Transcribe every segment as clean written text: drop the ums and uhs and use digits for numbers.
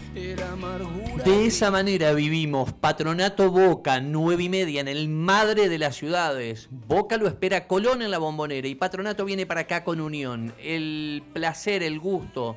De esa manera vivimos. Patronato Boca, 9:30 en el Madre de las Ciudades. Boca lo espera Colón en la Bombonera y Patronato viene para acá con Unión. El placer, el gusto,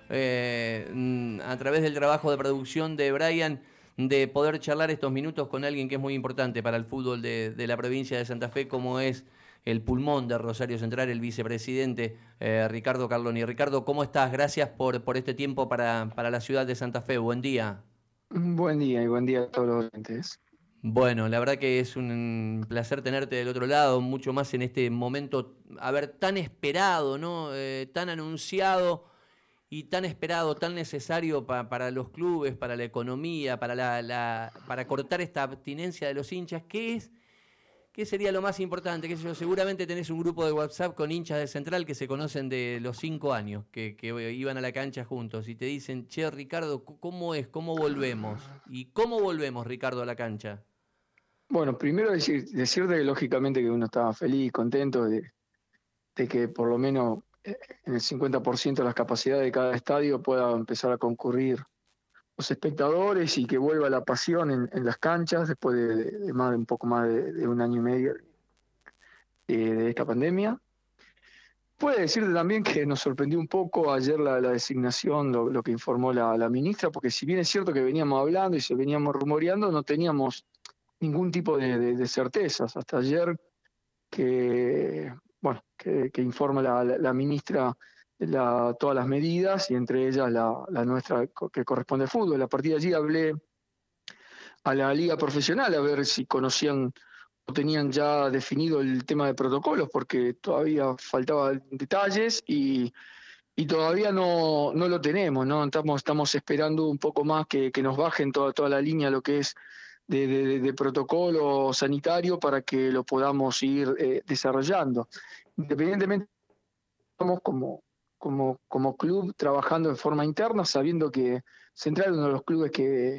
a través del trabajo de producción de Brian, de poder charlar estos minutos con alguien que es muy importante para el fútbol de la provincia de Santa Fe, como es el pulmón de Rosario Central, el vicepresidente Ricardo Carloni. Ricardo, ¿cómo estás? Gracias por este tiempo para la ciudad de Santa Fe. Buen día. Buen día y buen día a todos los oyentes. Bueno, la verdad que es un placer tenerte del otro lado, mucho más en este momento, a ver, tan esperado, ¿no? Tan anunciado y tan esperado, tan necesario para los clubes, para la economía, para cortar esta abstinencia de los hinchas. ¿Qué sería lo más importante? ¿Qué sé yo? Seguramente tenés un grupo de WhatsApp con hinchas de Central que se conocen de los 5 años, que iban a la cancha juntos y te dicen, che, Ricardo, ¿cómo es? ¿Cómo volvemos? ¿Y cómo volvemos, Ricardo, a la cancha? Bueno, primero decirte que lógicamente que uno estaba feliz, contento de que por lo menos en el 50% de las capacidades de cada estadio pueda empezar a concurrir los espectadores y que vuelva la pasión en las canchas después de un poco más de un año y medio de esta pandemia. Puede decirte también que nos sorprendió un poco ayer la designación, lo que informó la ministra, porque si bien es cierto que veníamos hablando y se veníamos rumoreando, no teníamos ningún tipo de certezas. Hasta ayer que informa la ministra todas las medidas y entre ellas la nuestra que corresponde al fútbol. A partir de allí hablé a la liga profesional a ver si conocían o tenían ya definido el tema de protocolos, porque todavía faltaban detalles y todavía no lo tenemos, ¿no? Estamos esperando un poco más que nos bajen toda la línea lo que es de protocolo sanitario para que lo podamos ir desarrollando. Independientemente, estamos como club trabajando de forma interna, sabiendo que Central es uno de los clubes que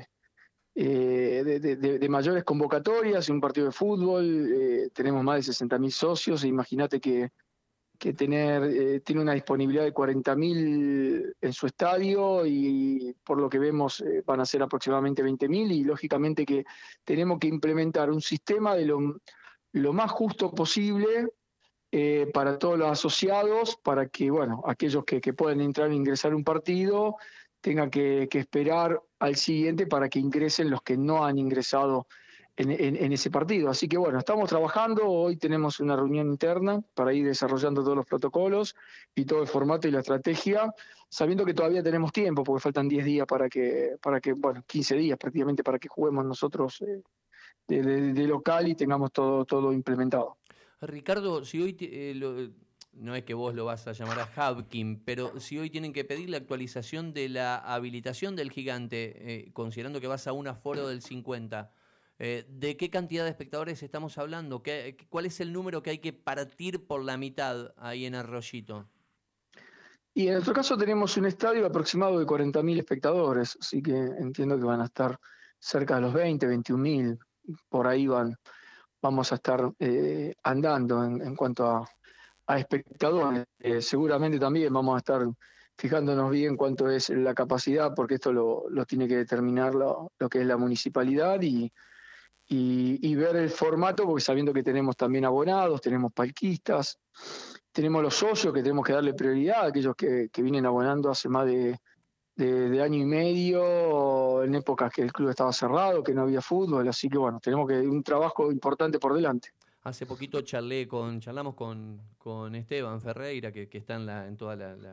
de mayores convocatorias en un partido de fútbol, tenemos más de 60.000 socios, e imagínate que tiene una disponibilidad de 40.000 en su estadio y por lo que vemos van a ser aproximadamente 20.000 y lógicamente que tenemos que implementar un sistema de lo más justo posible para todos los asociados, para que bueno, aquellos que pueden entrar e ingresar un partido tengan que esperar al siguiente para que ingresen los que no han ingresado en ese partido. Así que bueno, estamos trabajando, hoy tenemos una reunión interna para ir desarrollando todos los protocolos y todo el formato y la estrategia, sabiendo que todavía tenemos tiempo, porque faltan 10 días bueno, 15 días prácticamente para que juguemos nosotros de local y tengamos todo implementado. Ricardo, si hoy no es que vos lo vas a llamar a Habkin, pero si hoy tienen que pedir la actualización de la habilitación del Gigante, considerando que vas a un aforo del 50, ¿de qué cantidad de espectadores estamos hablando? ¿Cuál es el número que hay que partir por la mitad ahí en Arroyito? Y en nuestro caso tenemos un estadio aproximado de 40.000 espectadores, así que entiendo que van a estar cerca de los 21.000, por ahí vamos a estar andando en cuanto a espectadores. Seguramente también vamos a estar fijándonos bien cuánto es la capacidad, porque esto lo tiene que determinar lo que es la municipalidad y ver el formato, porque sabiendo que tenemos también abonados, tenemos palquistas, tenemos los socios que tenemos que darle prioridad, aquellos que vienen abonando hace más de año y medio, en épocas que el club estaba cerrado, que no había fútbol, así que bueno, tenemos un trabajo importante por delante. Hace poquito charlamos con Esteban Ferreira, que está en toda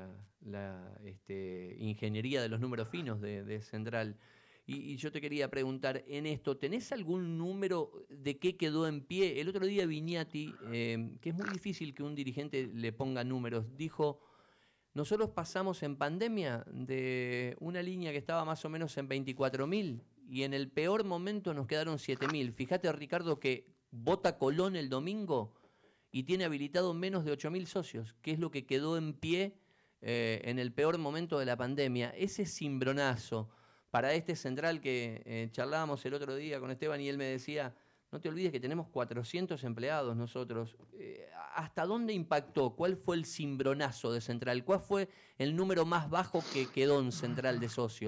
la ingeniería de los números finos de Central. Y yo te quería preguntar, en esto, ¿tenés algún número de qué quedó en pie? El otro día Viñati, que es muy difícil que un dirigente le ponga números, dijo, nosotros pasamos en pandemia de una línea que estaba más o menos en 24.000 y en el peor momento nos quedaron 7.000. Fíjate, Ricardo, que vota Colón el domingo y tiene habilitado menos de 8.000 socios, que es lo que quedó en pie en el peor momento de la pandemia. Ese cimbronazo para este Central que charlábamos el otro día con Esteban y él me decía, no te olvides que tenemos 400 empleados nosotros. ¿Hasta dónde impactó? ¿Cuál fue el cimbronazo de Central? ¿Cuál fue el número más bajo que quedó en Central de socios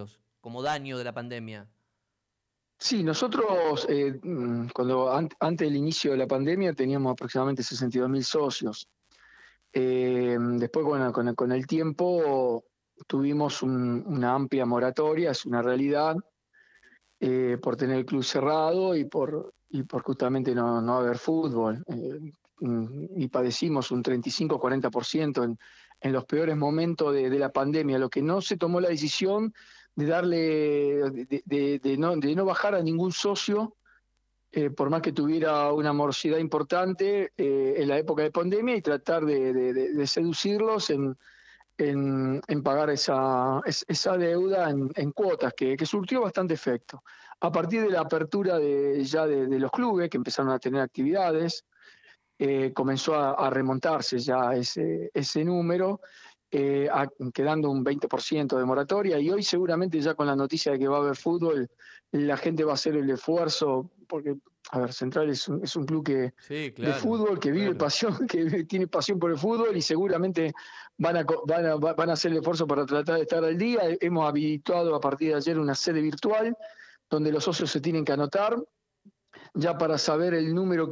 como daño de la pandemia. Sí, nosotros antes del inicio de la pandemia teníamos aproximadamente 62.000 socios. Después, bueno, con el tiempo tuvimos una amplia moratoria, es una realidad, por tener el club cerrado y por justamente no haber fútbol. Y padecimos un 35-40% en los peores momentos de la pandemia, lo que no se tomó la decisión de darle, de no bajar a ningún socio, por más que tuviera una morosidad importante en la época de pandemia, y tratar de seducirlos en pagar esa deuda en cuotas, que surtió bastante efecto. A partir de la apertura de los clubes, que empezaron a tener actividades, comenzó a remontarse ya ese número, quedando un 20% de moratoria, y hoy seguramente ya con la noticia de que va a haber fútbol, la gente va a hacer el esfuerzo, porque, a ver, Central es un club Sí, de claro, fútbol, que vive claro. pasión, que tiene pasión por el fútbol, y seguramente van a hacer el esfuerzo para tratar de estar al día. Hemos habilitado a partir de ayer una sede virtual donde los socios se tienen que anotar ya para saber el número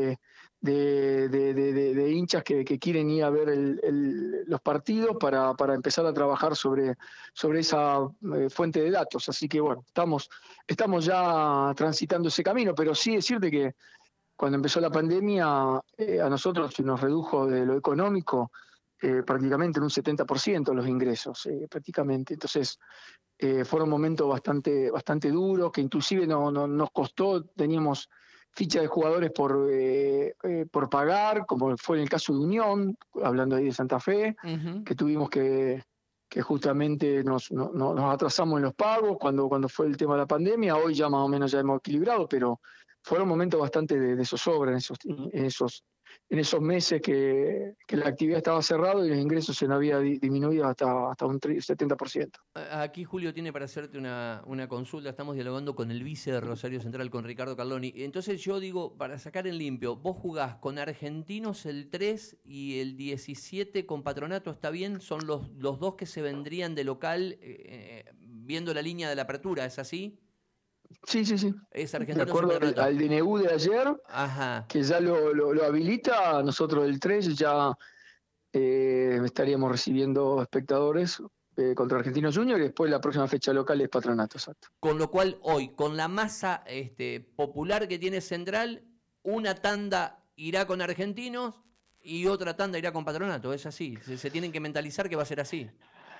de hinchas que quieren ir a ver los partidos, para empezar a trabajar sobre esa fuente de datos. Así que bueno, estamos ya transitando ese camino, pero sí decirte que cuando empezó la pandemia, a nosotros se nos redujo de lo económico prácticamente en un 70% los ingresos, prácticamente. Entonces, fueron momentos bastante duros, que inclusive nos costó. Teníamos ficha de jugadores por pagar, como fue en el caso de Unión, hablando ahí de Santa Fe, Uh-huh. que tuvimos que justamente nos atrasamos en los pagos cuando fue el tema de la pandemia. Hoy ya más o menos ya hemos equilibrado, pero fueron momentos bastante de zozobra en esos meses que la actividad estaba cerrada y los ingresos se nos había disminuido hasta un 70%. Aquí Julio tiene para hacerte una consulta. Estamos dialogando con el vice de Rosario Central, con Ricardo Carloni. Entonces yo digo, para sacar en limpio, vos jugás con Argentinos el 3 y el 17 con Patronato, ¿está bien? Son los dos que se vendrían de local, viendo la línea de la apertura, ¿es así? Sí, sí, sí. Es De Argentinos y acuerdo Patronato. al DNU de ayer, Ajá. que ya lo habilita, nosotros el 3 ya estaríamos recibiendo espectadores contra Argentinos Juniors, y después la próxima fecha local es Patronato, exacto. Con lo cual, hoy, con la masa popular que tiene Central, una tanda irá con Argentinos y otra tanda irá con Patronato. Es así. Se tienen que mentalizar que va a ser así.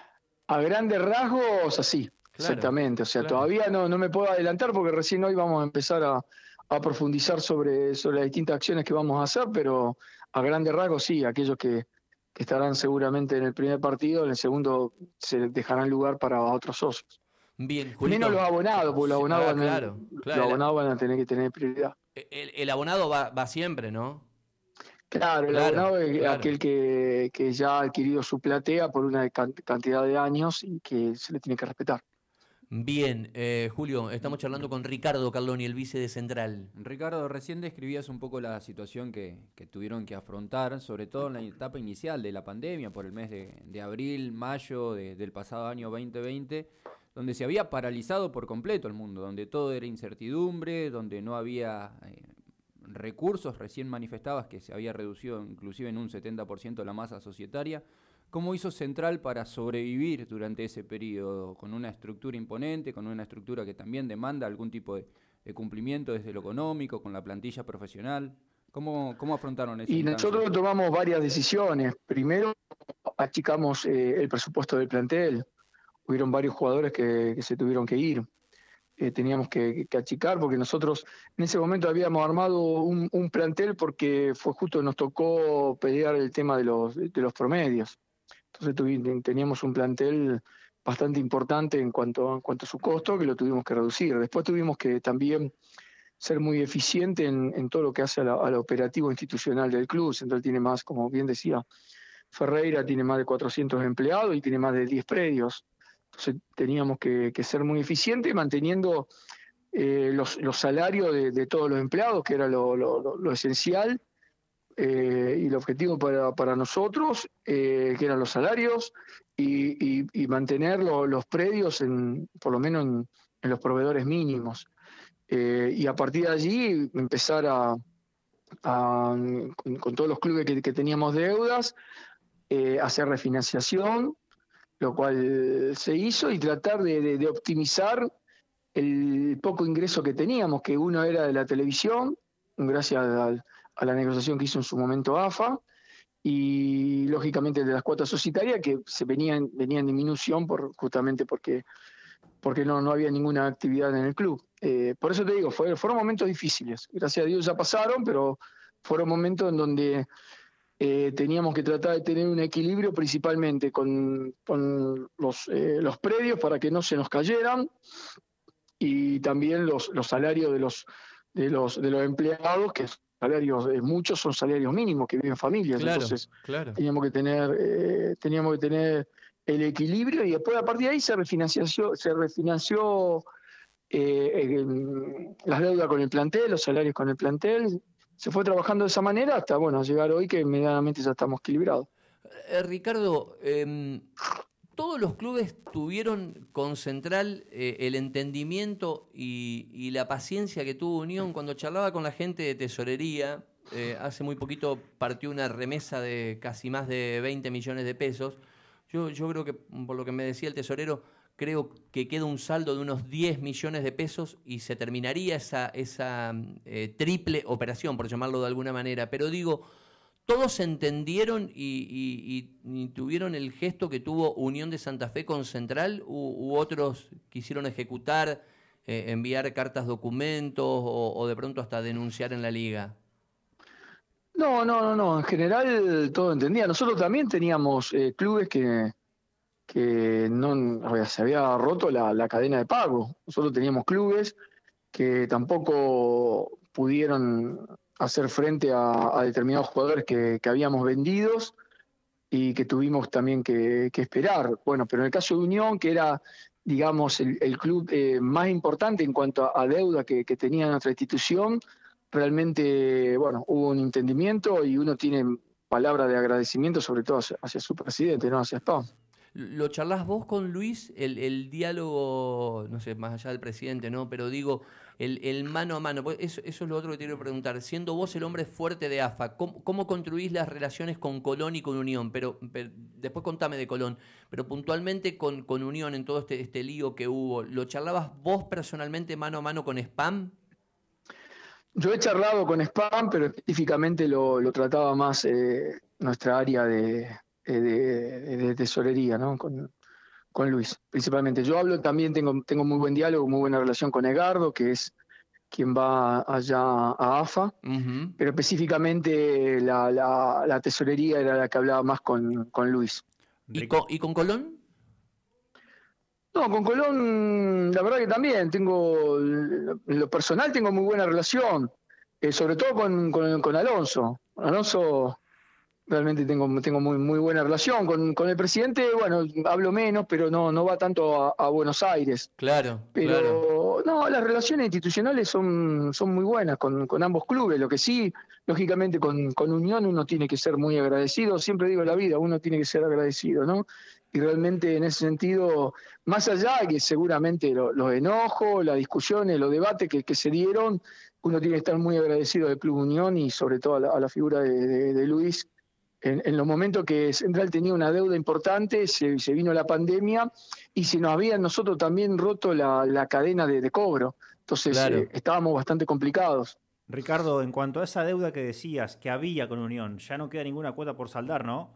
A grandes rasgos, así, Claro, exactamente. O sea, claro. todavía no me puedo adelantar porque recién hoy vamos a empezar a profundizar sobre las distintas acciones que vamos a hacer, pero a grandes rasgos sí, aquellos que estarán seguramente en el primer partido, en el segundo se dejarán lugar para otros socios. Bien, Menos los Julito. abonados, porque Claro, los claro. abonados van a tener que tener prioridad. El abonado va siempre, ¿no? Claro, el Claro, abonado es claro. aquel que ya ha adquirido su platea por una cantidad de años y que se le tiene que respetar. Bien, Julio, estamos charlando con Ricardo Carloni, el vice de Central. Ricardo, recién describías un poco la situación que tuvieron que afrontar, sobre todo en la etapa inicial de la pandemia, por el mes de abril, mayo del pasado año 2020, donde se había paralizado por completo el mundo, donde todo era incertidumbre, donde no había recursos. Recién manifestabas que se había reducido inclusive en un 70% la masa societaria. ¿Cómo hizo Central para sobrevivir durante ese periodo, con una estructura imponente, con una estructura que también demanda algún tipo de cumplimiento desde lo económico, con la plantilla profesional? ¿Cómo afrontaron esa Y instancia? nosotros tomamos varias decisiones. Primero, achicamos el presupuesto del plantel. Hubieron varios jugadores que se tuvieron que ir. Teníamos que achicar, porque nosotros en ese momento habíamos armado un plantel, porque fue justo, nos tocó pelear el tema de los promedios. Entonces teníamos un plantel bastante importante en cuanto a su costo, que lo tuvimos que reducir. Después tuvimos que también ser muy eficiente en todo lo que hace al operativo institucional del club. Central tiene más, como bien decía Ferreira, tiene más de 400 empleados y tiene más de 10 predios. Entonces teníamos que ser muy eficientes, manteniendo los salarios de todos los empleados, que era lo esencial, y el objetivo para nosotros, que eran los salarios, y mantener los predios, por lo menos en los proveedores mínimos. Y a partir de allí empezar con todos los clubes que teníamos deudas, hacer refinanciación, lo cual se hizo, y tratar de optimizar el poco ingreso que teníamos, que uno era de la televisión, gracias a la negociación que hizo en su momento AFA, y lógicamente de las cuotas societarias, que se venían en disminución justamente porque no había ninguna actividad en el club. Por eso te digo, fueron momentos difíciles. Gracias a Dios ya pasaron, pero fueron momentos en donde teníamos que tratar de tener un equilibrio, principalmente con los predios para que no se nos cayeran, y también los salarios de los empleados, que salarios, muchos son salarios mínimos que viven familias. Claro, entonces claro. teníamos que tener el equilibrio, y después a partir de ahí se refinanció las deudas con el plantel, los salarios con el plantel. Se fue trabajando de esa manera hasta llegar hoy, que medianamente ya estamos equilibrados. Ricardo, todos los clubes tuvieron con Central el entendimiento y la paciencia que tuvo Unión. Cuando charlaba con la gente de tesorería, hace muy poquito partió una remesa de casi más de 20 millones de pesos. Yo creo que, por lo que me decía el tesorero, creo que queda un saldo de unos 10 millones de pesos y se terminaría esa triple operación, por llamarlo de alguna manera. Pero digo, todos entendieron y tuvieron el gesto que tuvo Unión de Santa Fe con Central, u otros quisieron ejecutar, enviar cartas documentos o de pronto hasta denunciar en la liga. No. En general todo entendía. Nosotros también teníamos clubes que no, se había roto la cadena de pago. Nosotros teníamos clubes que tampoco pudieron hacer frente a determinados jugadores que habíamos vendidos y que tuvimos también que esperar. Bueno, pero en el caso de Unión, que era, digamos, el club más importante en cuanto a deuda que tenía nuestra institución, realmente, hubo un entendimiento, y uno tiene palabras de agradecimiento, sobre todo hacia su presidente, ¿no? Hacia Spam. ¿Lo charlás vos con Luis? El diálogo, no sé, más allá del presidente, ¿no? Pero digo, el mano a mano. Eso es lo otro que te quiero preguntar. Siendo vos el hombre fuerte de AFA, ¿cómo construís las relaciones con Colón y con Unión? Pero después contame de Colón. Pero puntualmente con Unión, en todo este lío que hubo, ¿lo charlabas vos personalmente mano a mano con Spam? Yo he charlado con Spam, pero específicamente lo trataba más nuestra área de tesorería, ¿no? Con Luis, principalmente. Yo también tengo muy buen diálogo, muy buena relación con Edgardo, que es quien va allá a AFA, pero específicamente la tesorería era la que hablaba más con Luis. ¿Y con Colón? No, con Colón, la verdad que también en lo personal tengo muy buena relación, sobre todo con Alonso. Alonso, realmente tengo muy buena relación. Con el presidente, hablo menos, pero no va tanto a Buenos Aires. Claro. No, las relaciones institucionales son muy buenas con ambos clubes. Lo que sí, lógicamente con Unión uno tiene que ser muy agradecido. Siempre digo en la vida, uno tiene que ser agradecido, ¿no? Y realmente en ese sentido, más allá de que seguramente los enojos, las discusiones, los debates que se dieron, uno tiene que estar muy agradecido del Club Unión, y sobre todo a la figura de Luis. En los momentos que Central tenía una deuda importante, se vino la pandemia y se nos había nosotros también roto la cadena de cobro. Entonces claro, estábamos bastante complicados. Ricardo, en cuanto a esa deuda que decías que había con Unión, ya no queda ninguna cuota por saldar, ¿no?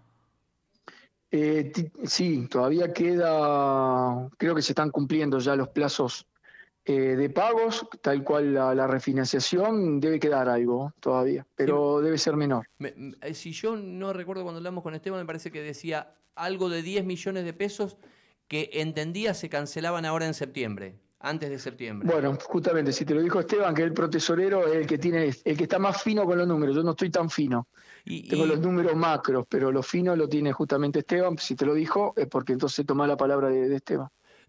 Sí, todavía queda, creo que se están cumpliendo ya los plazos de pagos, tal cual la refinanciación, debe quedar algo todavía, pero sí, debe ser menor. Si yo no recuerdo, cuando hablamos con Esteban, me parece que decía algo de 10 millones de pesos que entendía se cancelaban ahora en septiembre, antes de septiembre. Bueno, justamente, si te lo dijo Esteban, que el protesorero es el que está más fino con los números. Yo no estoy tan fino. Tengo los números macros, pero lo fino lo tiene justamente Esteban. Si te lo dijo, es porque entonces toma la palabra de Esteban.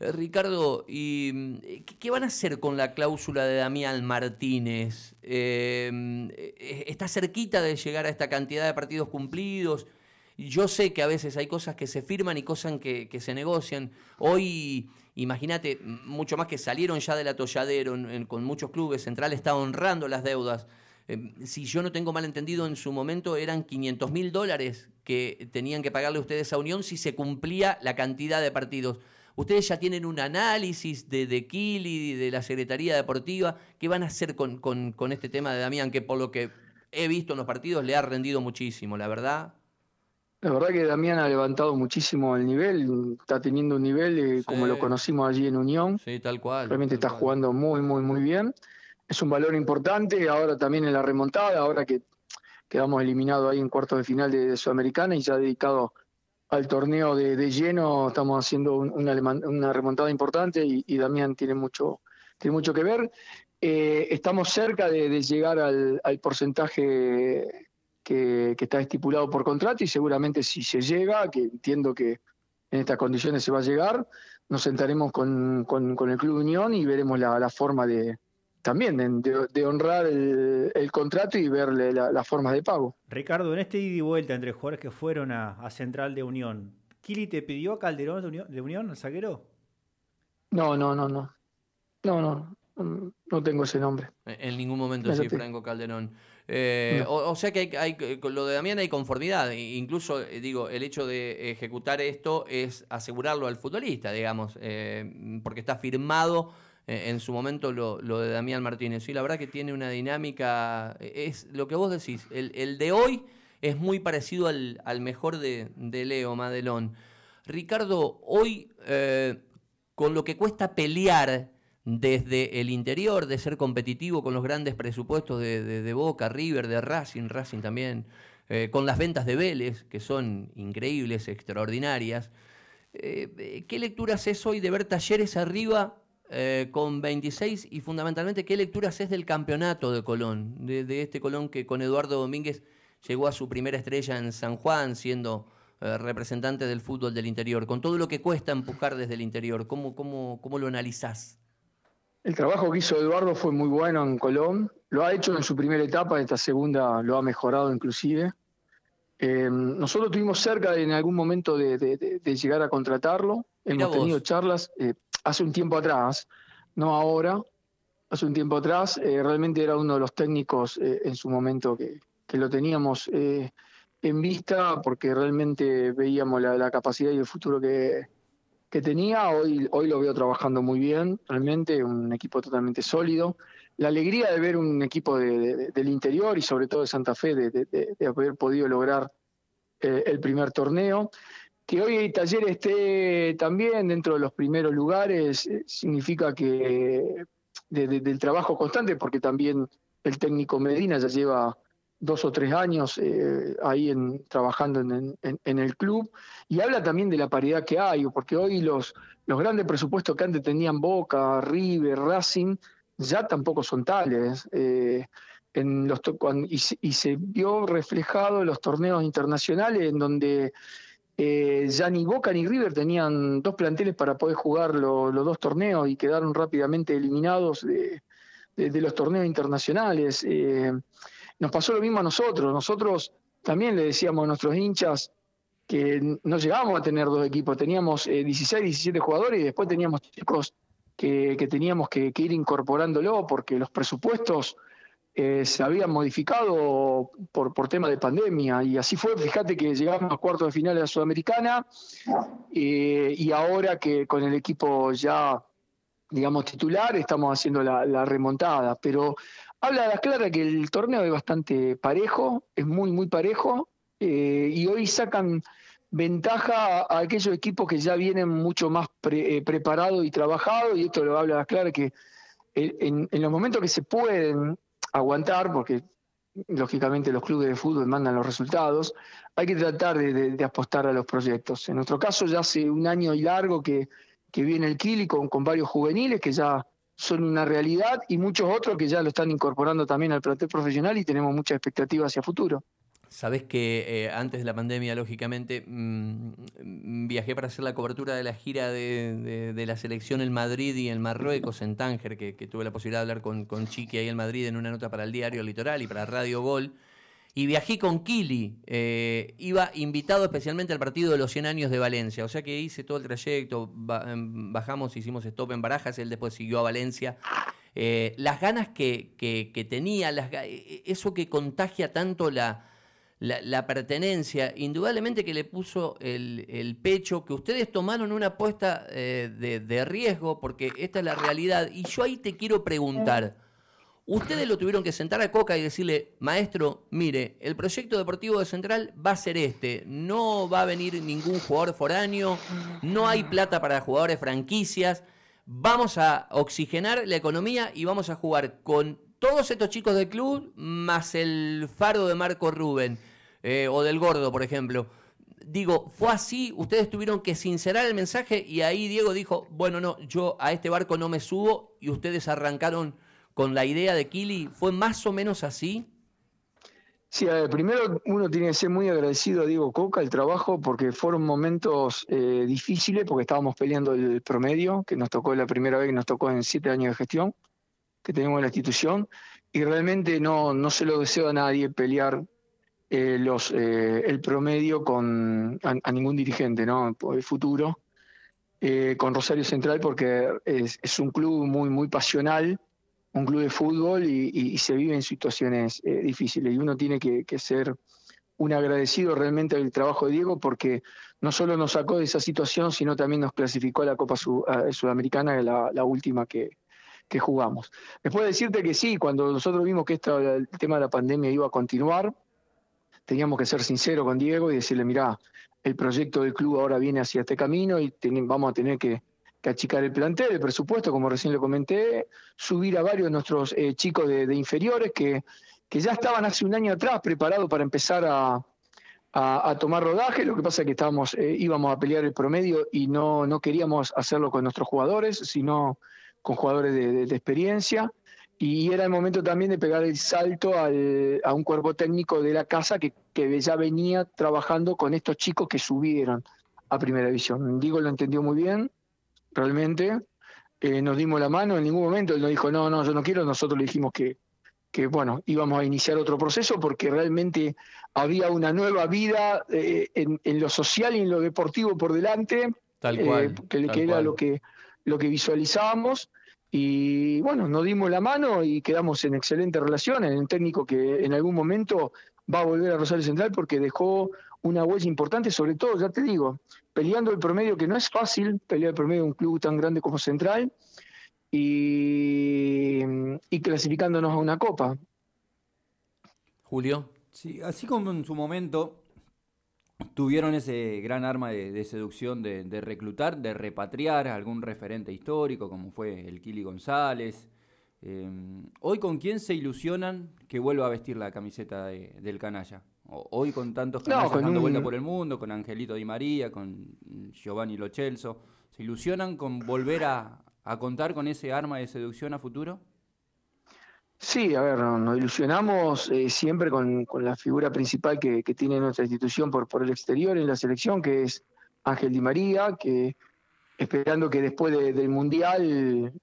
Ricardo, ¿y qué van a hacer con la cláusula de Damián Martínez? ¿Está cerquita de llegar a esta cantidad de partidos cumplidos? Yo sé que a veces hay cosas que se firman y cosas que se negocian. Hoy, imagínate, mucho más que salieron ya del atolladero con muchos clubes, Central está honrando las deudas. Si yo no tengo mal entendido, en su momento eran $500.000 que tenían que pagarle ustedes a Unión si se cumplía la cantidad de partidos. Ustedes ya tienen un análisis de Kili, de la Secretaría Deportiva. ¿Qué van a hacer con este tema de Damián, que por lo que he visto en los partidos le ha rendido muchísimo, la verdad? La verdad que Damián ha levantado muchísimo el nivel, está teniendo un nivel Sí, como lo conocimos allí en Unión. sí, tal cual. Realmente tal está cual. jugando muy, muy, muy bien. Es un valor importante, ahora también en la remontada, ahora que quedamos eliminados ahí en cuartos de final de Sudamericana y ya dedicado al torneo de lleno, estamos haciendo una remontada importante y Damián tiene mucho que ver. Estamos cerca de llegar al porcentaje que está estipulado por contrato y seguramente si se llega, que entiendo que en estas condiciones se va a llegar, nos sentaremos con el Club Unión y veremos la forma de honrar el contrato y verle las formas de pago. Ricardo, en este ida y vuelta entre jugadores que fueron a Central de Unión, ¿Kili te pidió a Calderón de Unión, el zaguero? No tengo ese nombre. En ningún momento, sí, Espérate. Franco Calderón. No. O sea que con lo de Damián hay conformidad. Incluso, digo, el hecho de ejecutar esto es asegurarlo al futbolista, digamos, porque está firmado en su momento lo de Damián Martínez. Sí, la verdad que tiene una dinámica, es lo que vos decís, el de hoy es muy parecido al mejor de Leo Madelón. Ricardo, hoy, con lo que cuesta pelear desde el interior, de ser competitivo con los grandes presupuestos de Boca, River, de Racing también, con las ventas de Vélez, que son increíbles, extraordinarias. ¿Qué lectura haces hoy de ver Talleres arriba con 26 y fundamentalmente qué lectura haces del campeonato de Colón, de este Colón que con Eduardo Domínguez llegó a su primera estrella en San Juan, siendo representante del fútbol del interior, con todo lo que cuesta empujar desde el interior? ¿Cómo lo analizás? El trabajo que hizo Eduardo fue muy bueno en Colón. Lo ha hecho en su primera etapa, en esta segunda lo ha mejorado inclusive. Nosotros estuvimos cerca en algún momento de llegar a contratarlo. Mirá Hemos tenido vos. charlas hace un tiempo atrás, no ahora, hace un tiempo atrás. Realmente era uno de los técnicos en su momento que lo teníamos en vista porque realmente veíamos la capacidad y el futuro que tenía. Hoy lo veo trabajando muy bien, realmente un equipo totalmente sólido. La alegría de ver un equipo del interior y sobre todo de Santa Fe, de haber podido lograr el primer torneo. Que hoy Talleres esté también dentro de los primeros lugares significa que del trabajo constante, porque también el técnico Medina ya lleva 2 o 3 años ahí trabajando en el club, y habla también de la paridad que hay, porque hoy los grandes presupuestos que antes tenían Boca, River, Racing, ya tampoco son tales. Y se vio reflejado en los torneos internacionales en donde ya ni Boca ni River tenían 2 planteles para poder jugar los 2 torneos y quedaron rápidamente eliminados de los torneos internacionales. Nos pasó lo mismo a nosotros. Nosotros también le decíamos a nuestros hinchas que no llegábamos a tener 2 equipos, teníamos 16, 17 jugadores y después teníamos chicos que teníamos que ir incorporándolo porque los presupuestos se habían modificado por tema de pandemia, y así fue. Fíjate que llegamos a cuartos de final de la Sudamericana y ahora que con el equipo ya, digamos, titular, estamos haciendo la remontada, pero habla a las claras que el torneo es bastante parejo, es muy, muy parejo, y hoy sacan ventaja a aquellos equipos que ya vienen mucho más preparados y trabajados, y esto lo habla a las claras que en los momentos que se pueden aguantar, porque lógicamente los clubes de fútbol mandan los resultados, hay que tratar de apostar a los proyectos. En nuestro caso ya hace un año y largo que viene el Kili con varios juveniles que ya son una realidad y muchos otros que ya lo están incorporando también al plantel profesional y tenemos mucha expectativa hacia futuro. Sabés que antes de la pandemia, lógicamente, viajé para hacer la cobertura de la gira de la selección en Madrid y en Marruecos, en Tánger, que tuve la posibilidad de hablar con Chiqui ahí en Madrid en una nota para el diario Litoral y para Radio Gol. Y viajé con Kili, iba invitado especialmente al partido de los 100 años de Valencia, o sea que hice todo el trayecto, bajamos, hicimos stop en Barajas, él después siguió a Valencia. Las ganas que tenía, eso que contagia tanto la pertenencia, indudablemente que le puso el pecho, que ustedes tomaron una apuesta de riesgo, porque esta es la realidad. Y yo ahí te quiero preguntar, ustedes lo tuvieron que sentar a Coca y decirle, maestro, mire, el proyecto deportivo de Central va a ser no va a venir ningún jugador foráneo, no hay plata para jugadores franquicias, vamos a oxigenar la economía y vamos a jugar con todos estos chicos del club, más el faro de Marco Rubén, o del Gordo, por ejemplo. Digo, fue así, ustedes tuvieron que sincerar el mensaje y ahí Diego dijo, bueno, no, yo a este barco no me subo, y ustedes arrancaron con la idea de Kili. ¿Fue más o menos así? Sí, a ver, primero uno tiene que ser muy agradecido a Diego Coca el trabajo, porque fueron momentos difíciles, porque estábamos peleando el promedio, que nos tocó la primera vez que nos tocó en 7 años de gestión que tenemos en la institución, y realmente no se lo deseo a nadie pelear el promedio a ningún dirigente, ¿no? Por el futuro, con Rosario Central, porque es un club muy, muy pasional, un club de fútbol, y se vive en situaciones difíciles, y uno tiene que ser un agradecido realmente del trabajo de Diego, porque no solo nos sacó de esa situación, sino también nos clasificó a la Copa Sudamericana, la última que jugamos. Después de decirte que sí, cuando nosotros vimos que el tema de la pandemia iba a continuar, teníamos que ser sinceros con Diego y decirle, mirá, el proyecto del club ahora viene hacia este camino y vamos a tener que achicar el plantel, el presupuesto, como recién le comenté, subir a varios de nuestros chicos de inferiores que ya estaban hace un año atrás preparados para empezar a tomar rodaje. Lo que pasa es que íbamos a pelear el promedio y no queríamos hacerlo con nuestros jugadores, sino con jugadores de experiencia. Y era el momento también de pegar el salto a un cuerpo técnico de la casa que ya venía trabajando con estos chicos que subieron a Primera División. Diego lo entendió muy bien, realmente. Nos dimos la mano en ningún momento. Él nos dijo, no, yo no quiero. Nosotros le dijimos que bueno, íbamos a iniciar otro proceso, porque realmente había una nueva vida en lo social y en lo deportivo por delante, Tal cual, que era lo que visualizábamos. Y bueno, nos dimos la mano y quedamos en excelente relación, en un técnico que en algún momento va a volver a Rosario Central, porque dejó una huella importante, sobre todo, ya te digo, peleando el promedio, que no es fácil pelear el promedio de un club tan grande como Central, y clasificándonos a una copa. Julio. Sí, así como en su momento tuvieron ese gran arma de seducción de reclutar, de repatriar a algún referente histórico, como fue el Kili González. Hoy, ¿con quién se ilusionan que vuelva a vestir la camiseta del canalla? Hoy, con tantos canallas dando vuelta por el mundo, con Angelito Di María, con Giovanni Lo Celso, ¿se ilusionan con volver a contar con ese arma de seducción a futuro? Sí, a ver, nos ilusionamos siempre con la figura principal que tiene nuestra institución por el exterior en la selección, que es Ángel Di María, que esperando que después del Mundial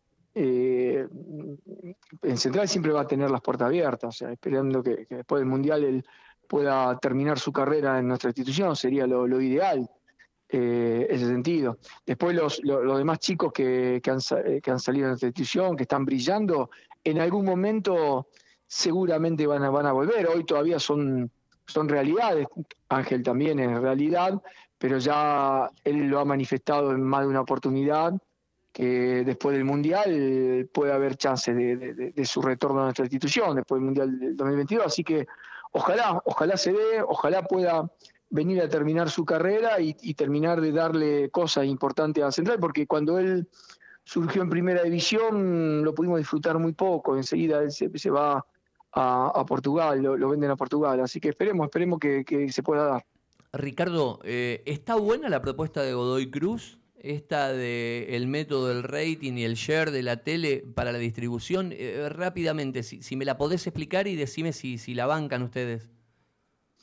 en Central siempre va a tener las puertas abiertas, o sea, esperando que después del Mundial él pueda terminar su carrera en nuestra institución, sería lo ideal. Ese sentido. Después los demás chicos que han salido de nuestra institución, que están brillando, en algún momento seguramente van a volver. Hoy todavía son realidades. Ángel también es realidad, pero ya él lo ha manifestado en más de una oportunidad, que después del Mundial puede haber chances de su retorno a nuestra institución, después del Mundial del 2022. Así que ojalá se dé, ojalá pueda venir a terminar su carrera y terminar de darle cosas importantes a Central, porque cuando él surgió en Primera División lo pudimos disfrutar muy poco. Enseguida él se va a Portugal, lo venden a Portugal, así que esperemos que se pueda dar. Ricardo, ¿está buena la propuesta de Godoy Cruz? Esta de el método del rating y el share de la tele para la distribución. Rápidamente, si me la podés explicar y decime si la bancan ustedes.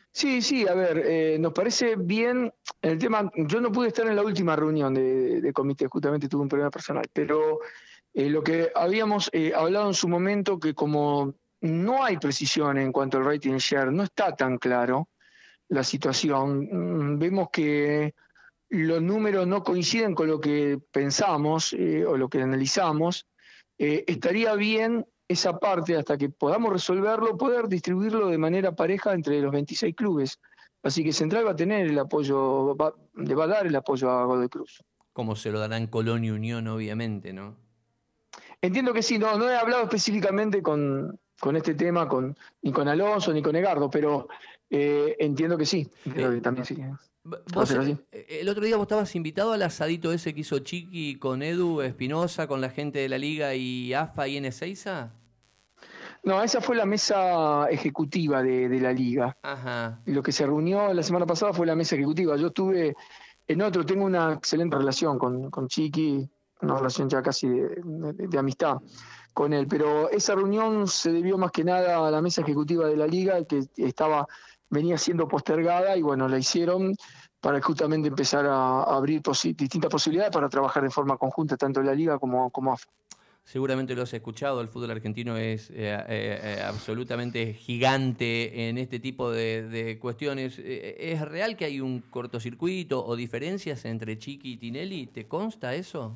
Sí, a ver, nos parece bien el tema. Yo no pude estar en la última reunión de comité, justamente tuve un problema personal, pero lo que habíamos hablado en su momento, que como no hay precisión en cuanto al rating share, no está tan claro la situación. Vemos que los números no coinciden con lo que pensamos o lo que analizamos. Estaría bien esa parte, hasta que podamos resolverlo, poder distribuirlo de manera pareja entre los 26 clubes. Así que Central va a tener el apoyo, le va a dar el apoyo a Godoy Cruz. Como se lo darán Colón y Unión, obviamente, ¿no? Entiendo que sí, no he hablado específicamente con este tema ni con Alonso ni con Egardo, pero entiendo que sí. Entiendo que también sí. Vos, el otro día vos estabas invitado al asadito ese que hizo Chiqui con Edu Espinosa, con la gente de la Liga y AFA y Ezeiza. No, esa fue la mesa ejecutiva de la Liga. Ajá. Lo que se reunió la semana pasada fue la mesa ejecutiva. Yo estuve en otro, tengo una excelente relación con Chiqui, una relación ya casi de amistad con él, pero esa reunión se debió más que nada a la mesa ejecutiva de la Liga, que venía siendo postergada, y bueno, la hicieron para justamente empezar a abrir distintas posibilidades para trabajar de forma conjunta, tanto la Liga como AFA. Seguramente lo has escuchado, el fútbol argentino es absolutamente gigante en este tipo de cuestiones. ¿Es real que hay un cortocircuito o diferencias entre Chiqui y Tinelli? ¿Te consta eso?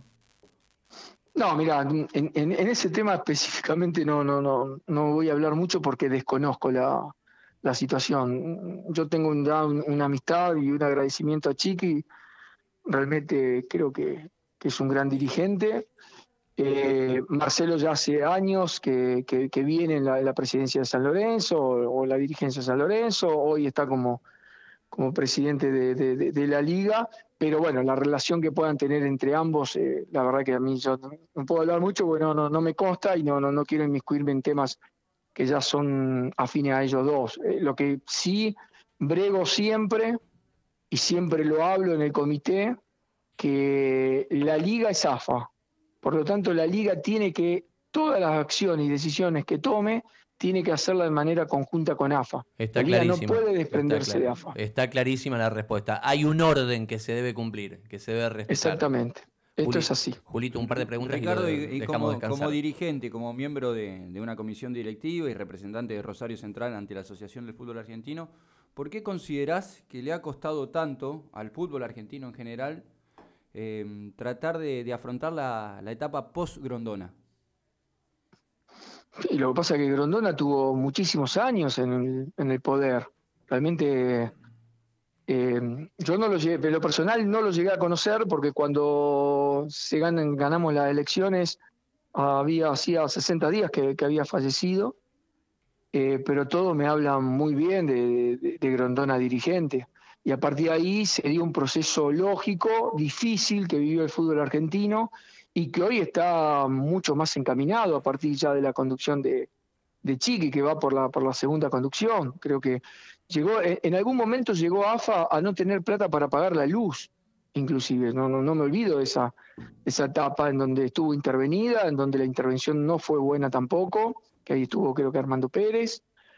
No, mira, en ese tema específicamente no voy a hablar mucho porque desconozco la situación. Yo tengo una amistad y un agradecimiento a Chiqui. Realmente creo que es un gran dirigente. Marcelo ya hace años que viene en la presidencia de San Lorenzo o la dirigencia de San Lorenzo. Hoy está como presidente de la Liga. Pero bueno, la relación que puedan tener entre ambos, la verdad que a mí yo no puedo hablar mucho porque no me consta y no quiero inmiscuirme en temas que ya son afines a ellos dos. Lo que sí brego siempre, y siempre lo hablo en el comité, que la Liga es AFA. Por lo tanto, la Liga tiene que, todas las acciones y decisiones que tome, tiene que hacerla de manera conjunta con AFA. Está la Liga clarísima, no puede desprenderse de AFA. Está clarísima la respuesta. Hay un orden que se debe cumplir, que se debe respetar. Exactamente. Esto es así. Julito, un par de preguntas. Ricardo, y como dirigente, como miembro de una comisión directiva y representante de Rosario Central ante la Asociación del Fútbol Argentino, ¿por qué considerás que le ha costado tanto al fútbol argentino en general tratar de afrontar la etapa post-Grondona? Y lo que pasa es que Grondona tuvo muchísimos años en el poder. Realmente yo no lo llegué, pero lo personal no lo llegué a conocer porque cuando ganamos las elecciones hacía 60 días que había fallecido, pero todos me hablan muy bien de Grondona dirigente. Y a partir de ahí se dio un proceso lógico, difícil, que vivió el fútbol argentino y que hoy está mucho más encaminado a partir ya de la conducción de Chiqui, que va por la segunda conducción. Creo que en algún momento llegó AFA a no tener plata para pagar la luz, inclusive. No me olvido de esa etapa en donde estuvo intervenida, en donde la intervención no fue buena tampoco, que ahí estuvo creo que Armando Pérez.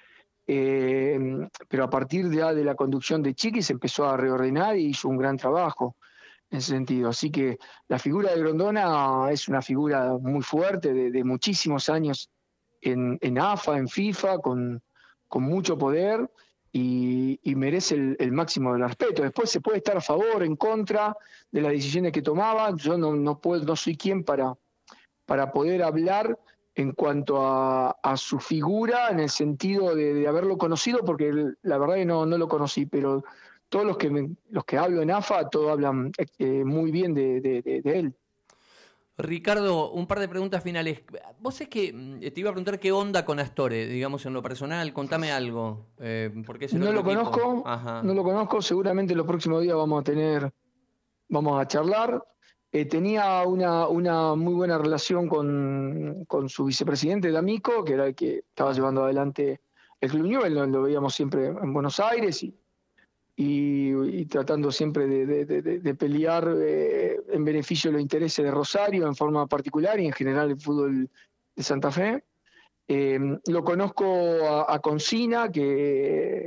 Pero a partir de la conducción de Chiqui se empezó a reordenar y hizo un gran trabajo en ese sentido. Así que la figura de Grondona es una figura muy fuerte, de muchísimos años en AFA, en FIFA, con mucho poder y merece el máximo del respeto. Después se puede estar a favor, en contra de las decisiones que tomaba. Yo no soy quien para poder hablar en cuanto a su figura, en el sentido de haberlo conocido, porque la verdad que no lo conocí, pero todos los que hablo en AFA, todos hablan muy bien de él. Ricardo, un par de preguntas finales. Vos es que te iba a preguntar qué onda con Astore, digamos en lo personal, contame algo. Porque es el no otro lo conozco, Ajá. No lo conozco, seguramente los próximos días vamos a charlar. Tenía una muy buena relación con su vicepresidente D'Amico, que era el que estaba llevando adelante el Club Newell. Lo veíamos siempre en Buenos Aires y tratando siempre de pelear en beneficio de los intereses de Rosario en forma particular y en general el fútbol de Santa Fe. Lo conozco a Concina, que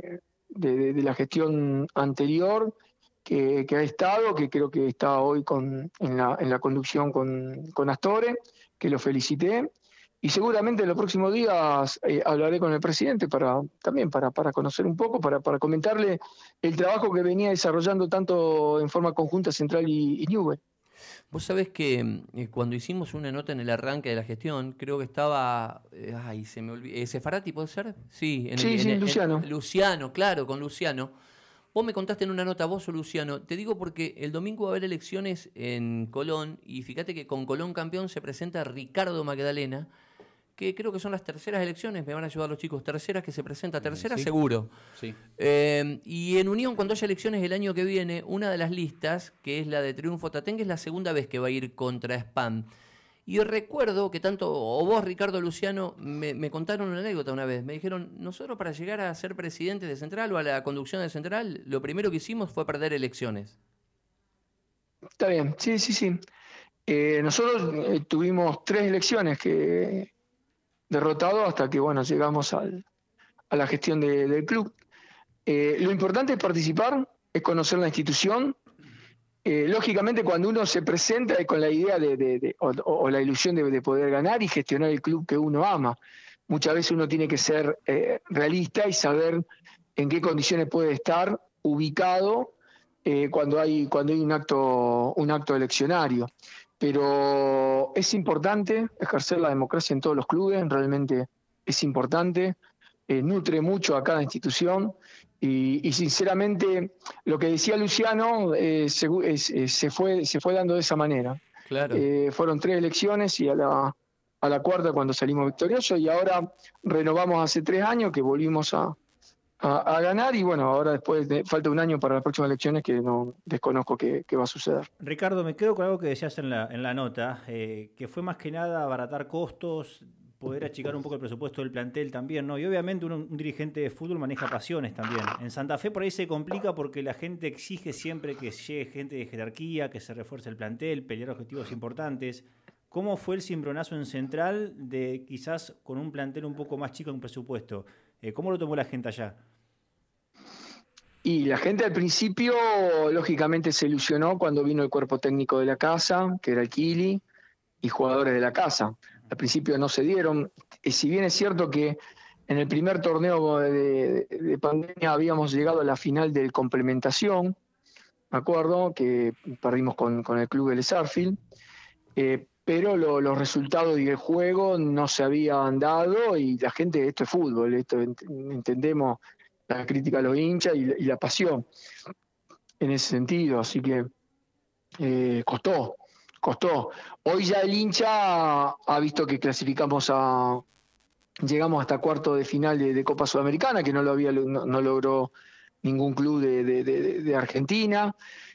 de la gestión anterior que ha estado, que creo que está hoy en la conducción con Astore, que lo felicité. Y seguramente en los próximos días hablaré con el presidente también para conocer un poco, para comentarle el trabajo que venía desarrollando tanto en forma conjunta Central y Newell. Vos sabés que cuando hicimos una nota en el arranque de la gestión, creo que estaba, se me olvidó, Sefarati, ¿puede ser? Sí, Luciano. Luciano, claro, con Luciano. Vos me contaste en una nota, vos o Luciano, te digo porque el domingo va a haber elecciones en Colón y fíjate que con Colón campeón se presenta Ricardo Magdalena, que creo que son las terceras elecciones, me van a ayudar los chicos, terceras que se presenta, tercera sí. seguro. Sí. Y en Unión, cuando haya elecciones el año que viene, una de las listas, que es la de Triunfo Tatengue, es la segunda vez que va a ir contra Spam. Y recuerdo que tanto o vos, Ricardo o Luciano, me contaron una anécdota una vez. Me dijeron, nosotros para llegar a ser presidentes de Central o a la conducción de Central, lo primero que hicimos fue perder elecciones. Está bien, sí. Nosotros tuvimos 3 elecciones que derrotado hasta que llegamos a la gestión del club. Lo importante es participar, es conocer la institución. Lógicamente cuando uno se presenta con la idea o la ilusión de poder ganar y gestionar el club que uno ama, muchas veces uno tiene que ser realista y saber en qué condiciones puede estar ubicado cuando hay un acto eleccionario. Pero es importante ejercer la democracia en todos los clubes, realmente es importante, nutre mucho a cada institución y sinceramente lo que decía Luciano se fue dando de esa manera. Claro. Fueron 3 elecciones y a la cuarta cuando salimos victoriosos y ahora renovamos hace 3 años que volvimos a ganar y ahora después falta un año para las próximas elecciones que no desconozco qué va a suceder. Ricardo, me quedo con algo que decías en la nota, que fue más que nada abaratar costos, poder achicar un poco el presupuesto del plantel también, ¿no? Y obviamente un dirigente de fútbol maneja pasiones también. En Santa Fe por ahí se complica porque la gente exige siempre que llegue gente de jerarquía, que se refuerce el plantel, pelear objetivos importantes. ¿Cómo fue el cimbronazo en Central de quizás con un plantel un poco más chico en presupuesto? ¿Cómo lo tomó la gente allá? Y la gente al principio, lógicamente, se ilusionó cuando vino el cuerpo técnico de la casa, que era el Kili, y jugadores de la casa. Al principio no se dieron. Si bien es cierto que en el primer torneo de pandemia habíamos llegado a la final del complementación, me acuerdo que perdimos con el club del Sarfield, pero los resultados y el juego no se habían dado y la gente, esto es fútbol, entendemos la crítica a los hinchas y la pasión en ese sentido, así que costó. Hoy ya el hincha ha visto que llegamos hasta cuarto de final de Copa Sudamericana, que no logró ningún club de Argentina.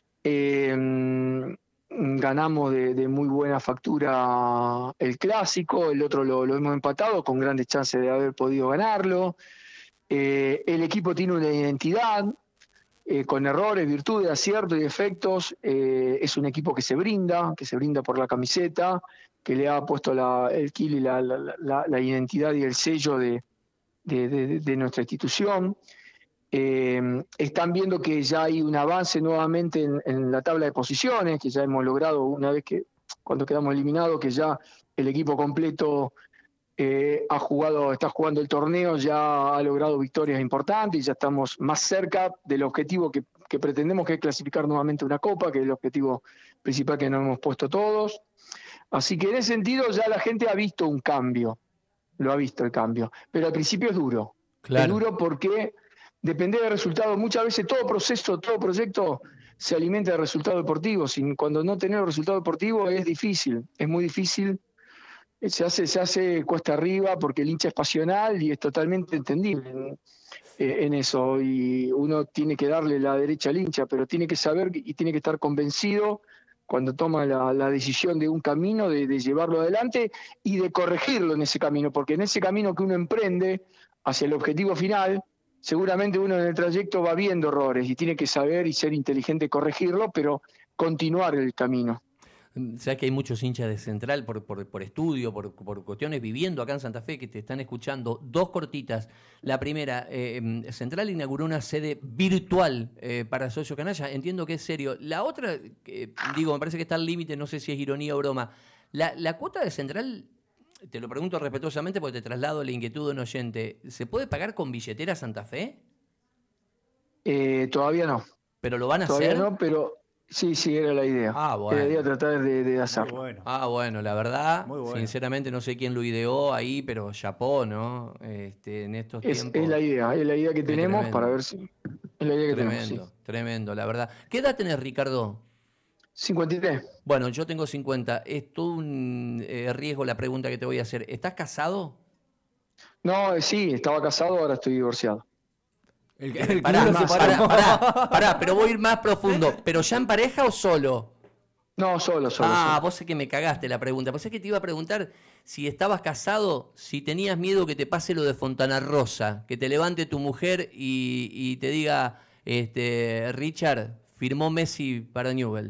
Ganamos de muy buena factura el clásico, el otro lo hemos empatado con grandes chances de haber podido ganarlo. El equipo tiene una identidad, con errores, virtudes, aciertos y defectos. Es un equipo que se brinda por la camiseta, que le ha puesto el Kili la identidad y el sello de nuestra institución. Están viendo que ya hay un avance nuevamente en la tabla de posiciones, que ya hemos logrado una vez cuando quedamos eliminados, que ya el equipo completo está jugando el torneo, ya ha logrado victorias importantes y ya estamos más cerca del objetivo que pretendemos, que es clasificar nuevamente una copa, que es el objetivo principal que nos hemos puesto todos. Así que en ese sentido ya la gente ha visto un cambio, lo ha visto el cambio, pero al principio es duro. Claro. Es duro porque depende del resultado. Muchas veces todo proyecto se alimenta de resultados deportivos. Y cuando no tenemos resultados deportivos es difícil, es muy difícil. Se hace cuesta arriba porque el hincha es pasional y es totalmente entendible en eso. Y uno tiene que darle la derecha al hincha, pero tiene que saber y tiene que estar convencido cuando toma la decisión de un camino, de llevarlo adelante y de corregirlo en ese camino. Porque en ese camino que uno emprende hacia el objetivo final, seguramente uno en el trayecto va viendo errores y tiene que saber y ser inteligente corregirlo, pero continuar el camino. Sabes que hay muchos hinchas de Central por estudio, por cuestiones viviendo acá en Santa Fe que te están escuchando. Dos cortitas. La primera, Central inauguró una sede virtual para Socio Canalla. Entiendo que es serio. La otra, me parece que está al límite, no sé si es ironía o broma. La cuota de Central, te lo pregunto respetuosamente porque te traslado la inquietud de un oyente. ¿Se puede pagar con billetera Santa Fe? Todavía no. ¿Pero lo van a Todavía hacer? no, pero sí, era la idea. Ah, bueno. Era la idea tratar de hacerlo. Muy bueno. Ah, bueno, la verdad, Muy bueno. sinceramente no sé quién lo ideó ahí, pero chapó, ¿no? En estos tiempos. Es la idea que tenemos tremendo. para ver si... Es la idea que Tremendo, tenemos, sí. tremendo, la verdad. ¿Qué edad tenés, Ricardo? 53. Bueno, yo tengo 50. Es todo un riesgo la pregunta que te voy a hacer. ¿Estás casado? No, sí, estaba casado, ahora estoy divorciado. Pará, pero voy a ir más profundo. ¿Pero ya en pareja o solo? No, solo. Vos sé que me cagaste la pregunta. Pues es que te iba a preguntar si estabas casado, si tenías miedo que te pase lo de Fontana Rosa, que te levante tu mujer y te diga, Richard, firmó Messi para Newell.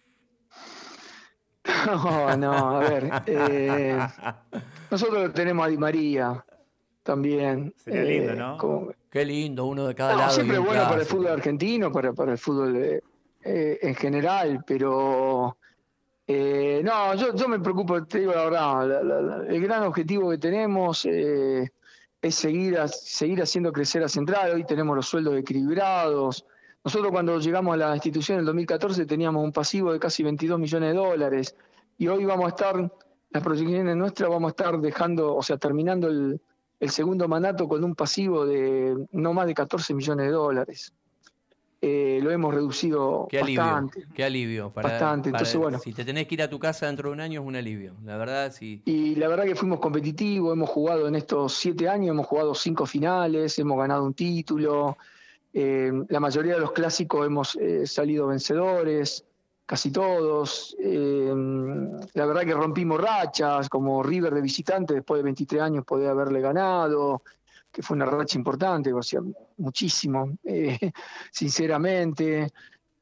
No, a ver. Nosotros tenemos a Di María también. Sería lindo, ¿no? Qué lindo, uno de cada lado. Siempre y un bueno para el clásico. fútbol argentino, para el fútbol en general, pero no, yo me preocupo, te digo la verdad, el gran objetivo que tenemos es seguir haciendo crecer a Central. Hoy tenemos los sueldos equilibrados. Nosotros cuando llegamos a la institución en el 2014 teníamos un pasivo de casi 22 millones de dólares y hoy vamos a estar, las proyecciones nuestras, vamos a estar terminando el segundo mandato con un pasivo de no más de 14 millones de dólares. Lo hemos reducido bastante. Qué alivio. Bastante. Entonces, bueno. Si te tenés que ir a tu casa dentro de un año es un alivio. La verdad, sí. Y la verdad que fuimos competitivos, hemos jugado en estos 7 años, hemos jugado 5 finales, hemos ganado un título. La mayoría de los clásicos hemos salido vencedores, casi todos. La verdad que rompimos rachas, como River de visitante, después de 23 años podía haberle ganado, que fue una racha importante, o sea, muchísimo, sinceramente.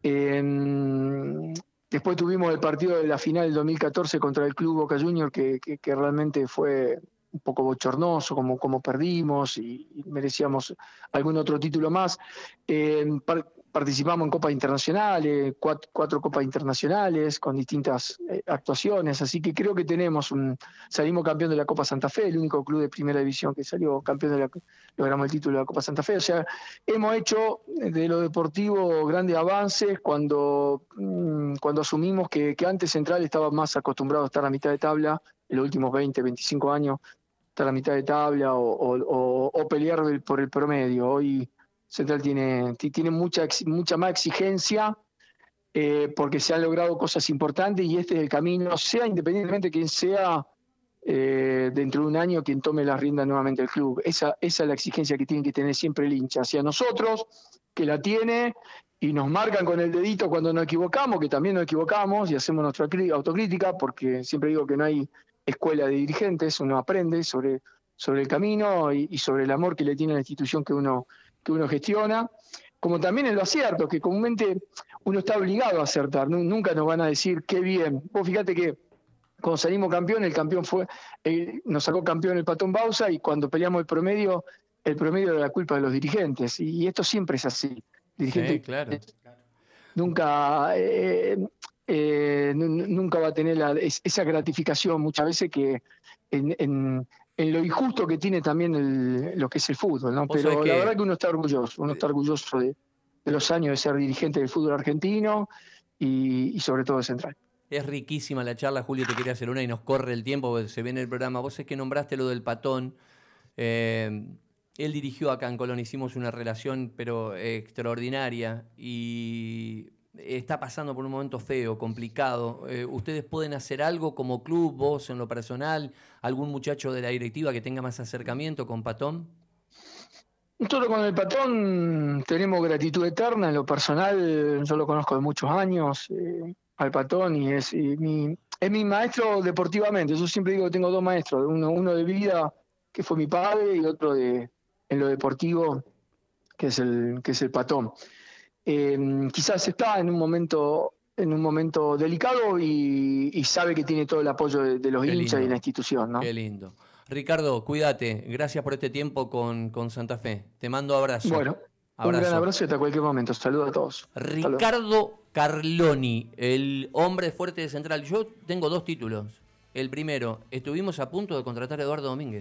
Después tuvimos el partido de la final del 2014 contra el Club Boca Juniors, que realmente fue un poco bochornoso, como perdimos y merecíamos algún otro título más. Participamos en copas internacionales, cuatro copas internacionales con distintas actuaciones, así que creo que salimos campeón de la Copa Santa Fe, el único club de primera división que salió campeón logramos el título de la Copa Santa Fe. O sea, hemos hecho de lo deportivo grandes avances cuando asumimos que antes Central estaba más acostumbrado a estar a mitad de tabla, en los últimos 20, 25 años, estar a mitad de tabla o pelear por el promedio. Hoy Central tiene mucha más exigencia porque se han logrado cosas importantes y este es el camino, sea independientemente de quién sea dentro de un año quien tome las riendas nuevamente del club. Esa es la exigencia que tiene que tener siempre el hincha hacia nosotros, que la tiene y nos marcan con el dedito cuando nos equivocamos, que también nos equivocamos y hacemos nuestra autocrítica, porque siempre digo que no hay escuela de dirigentes, uno aprende sobre el camino y sobre el amor que le tiene a la institución que uno gestiona, como también en lo acierto, que comúnmente uno está obligado a acertar, nunca nos van a decir qué bien. Vos fíjate que cuando salimos campeón, el campeón nos sacó campeón el Patón Bausa y cuando peleamos el promedio era la culpa de los dirigentes, y esto siempre es así. Dirigente, sí, claro. Nunca va a tener esa gratificación muchas veces que en lo injusto que tiene también lo que es el fútbol, ¿no? Pero la verdad que uno está orgulloso de los años de ser dirigente del fútbol argentino y sobre todo de Central. Es riquísima la charla, Julio, te quería hacer una y nos corre el tiempo, porque se viene el programa. Vos es que nombraste lo del Patón. Él dirigió acá en Colón, hicimos una relación pero extraordinaria y está pasando por un momento feo, complicado. ¿Ustedes pueden hacer algo como club, vos en lo personal, algún muchacho de la directiva que tenga más acercamiento con Patón? Nosotros con el Patón tenemos gratitud eterna. En lo personal, yo lo conozco de muchos años, al Patón, y es mi maestro deportivamente. Yo siempre digo que tengo dos maestros, uno de vida, que fue mi padre, y otro en lo deportivo, que es el Patón. Quizás está en un momento en un momento delicado y sabe que tiene todo el apoyo de los Qué hinchas lindo. y la institución, ¿no? Qué lindo. Ricardo, cuídate. Gracias por este tiempo con Santa Fe. Te mando abrazo. Bueno, un gran abrazo y hasta cualquier momento. Saludos a todos. Hasta luego. Ricardo Carloni, el hombre fuerte de Central. Yo tengo 2 títulos. El primero, estuvimos a punto de contratar a Eduardo Domínguez.